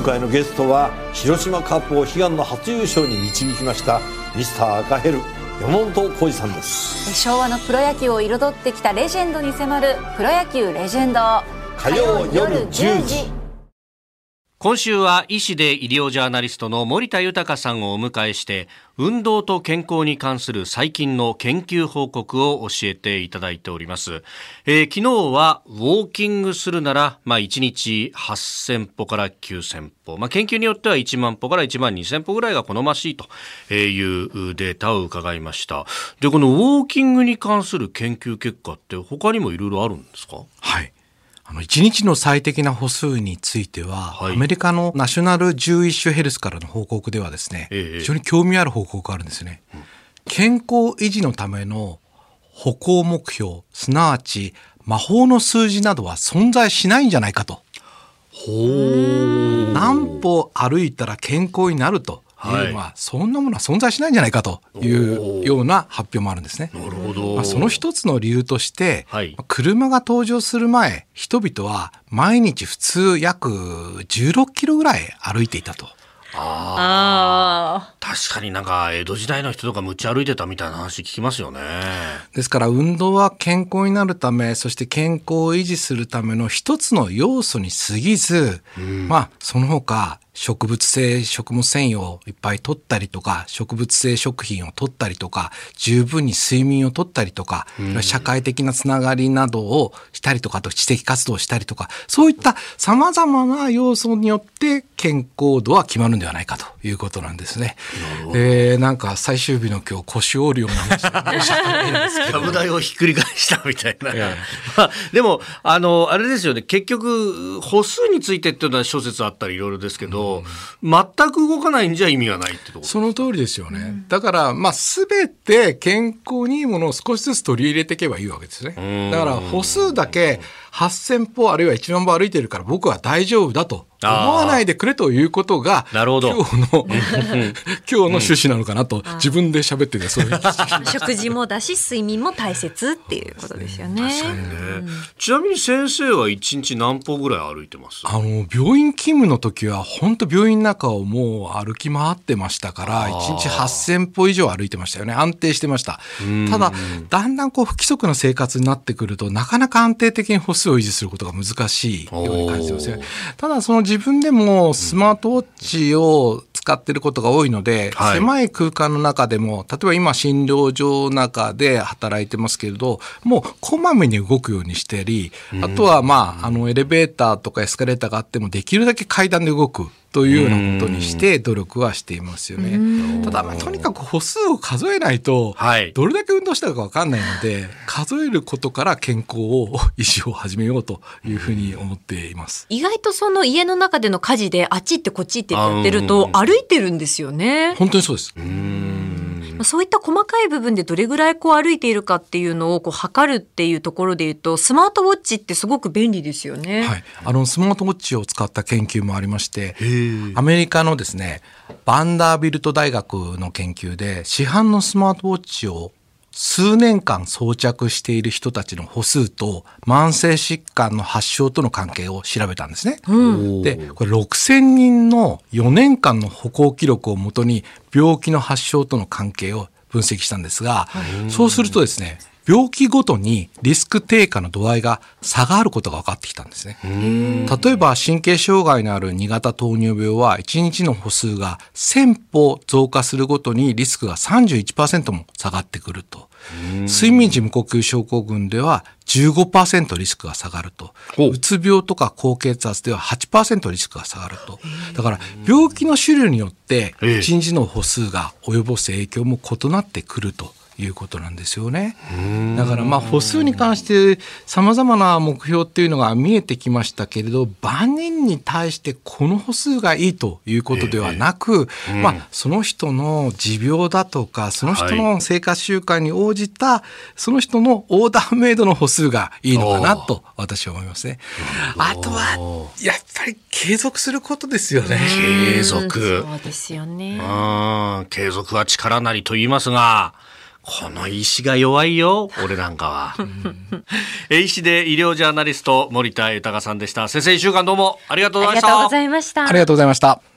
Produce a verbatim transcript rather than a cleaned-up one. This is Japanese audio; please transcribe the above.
回のゲストは広島カップを悲願の初優勝に導きましたミスター赤ヘル山本浩二さんです。 昭和のプロ野球を彩ってきたレジェンドに迫るプロ野球レジェンド、 火曜夜じゅうじ。 今週は医師で医療ジャーナリストの森田豊さんをお迎えして、運動と健康に関する最近の研究報告を教えていただいております。えー、昨日はウォーキングするなら、まあ、いちにちはっせんぽからきゅうせんぽ、まあ、研究によってはいちまんぽからいちまんにせんぽぐらいが好ましいというデータを伺いました。で、このウォーキングに関する研究結果って他にもいろいろあるんですか？ はい。あのいちにちの最適な歩数については、はい、アメリカのナショナルジューイッシュヘルスからの報告ではですね、ええ、非常に興味ある報告があるんですね、うん、健康維持のための歩行目標、すなわち魔法の数字などは存在しないんじゃないかと。 ほー。 何歩歩いたら健康になるというのは、はい、そんなものは存在しないんじゃないかというような発表もあるんですね。 なるほど。 まあ、その一つの理由として、 はい、 車が登場する前、人々は毎日普通約じゅうろっキロぐらい歩いていたと。 ああ、確かになんか江戸時代の人とかむっちゃ歩いてたみたいな話聞きますよね。 ですから運動は健康になるため、そして健康を維持するための一つの要素に過ぎず、うん、まあその他植物性食物繊維をいっぱい取ったりとか、植物性食品を取ったりとか、十分に睡眠を取ったりとか、うん、社会的なつながりなどをしたりとか、あと知的活動をしたりとか、そういった様々な要素によって健康度は決まるんではないかということなんですね。えー、なんか最終日の今日腰折るような話で申し訳ないんですけど、 ちゃぶ台をひっくり返したみたいな。いやまあ、でもあのあれですよね。結局歩数についてっていうのは諸説あったりいろいろですけど、うん、全く動かないんじゃ意味がないってところ。 その通りですよね。うん、だからまあ全て健康にいいものを少しずつ取り入れていけばいいわけですね。だから歩数だけはっせんぽあるいはいちまんぽ歩いてるから僕は大丈夫だと思わないでくれということがなるほど今日の今日の趣旨なのかなと、うん、自分で喋っててそういう食事もだし睡眠も大切っていうことですよね。 確かにね、うん、ちなみに先生はいちにち何歩ぐらい歩いてます？ あの病院勤務の時は本当病院の中をもう歩き回ってましたからいちにちはっせんぽ以上歩いてましたよね。安定してました。ただだんだんこう不規則な生活になってくるとなかなか安定的に歩数を維持することが難しいように感じてますね。ただその自分でもスマートウォッチを使っていることが多いので、うん、狭い空間の中でも例えば今診療所の中で働いてますけれどもうこまめに動くようにしてり、あとはまああのエレベーターとかエスカレーターがあってもできるだけ階段で動くというようなことにして努力はしていますよね。ただ、まあ、とにかく歩数を数えないとどれだけ運動したか分かんないので、はい、数えることから健康を維持を始めようというふうに思っています。 意外とその家の中での家事であっち行ってこっち行ってやってると歩いてるんですよね。 本当にそうです。 うーん、そういった細かい部分でどれぐらいこう歩いているかっていうのをこう測るっていうところでいうとスマートウォッチってすごく便利ですよね。 はい、あのスマートウォッチを使った研究もありまして、アメリカのですねバンダービルト大学の研究で市販のスマートウォッチを数年間装着している人たちの歩数と慢性疾患の発症との関係を調べたんですね。うん、でこれろくせんにんのよねんかんの歩行記録をもとに病気の発症との関係を分析したんですが、そうするとですね病気ごとにリスク低下の度合いが差があることが分かってきたんですね。例えば神経障害のあるに型糖尿病はいちにちの歩数がせんぽ増加するごとにリスクが さんじゅういちパーセント も下がってくると。睡眠時無呼吸症候群では じゅうごパーセント リスクが下がると。うつ病とか高血圧では はちパーセント リスクが下がると。だから病気の種類によっていちにちの歩数が及ぼす影響も異なってくるということなんですよね。だからまあ歩数に関して様々な目標っていうのが見えてきましたけれど、万人に対してこの歩数がいいということではなく、えーうん、まあその人の持病だとかその人の生活習慣に応じたその人のオーダーメイドの歩数がいいのかなと私は思いますね。あとはやっぱり継続することですよね。 継続。 そうですよね。 うん、継続は力なりと言いますが、 この医師が弱いよ俺なんかは医師で医療ジャーナリスト森田豊さんでした。先生、いっしゅうかんどうもありがとうございました。 ありがとうございました。 ありがとうございました。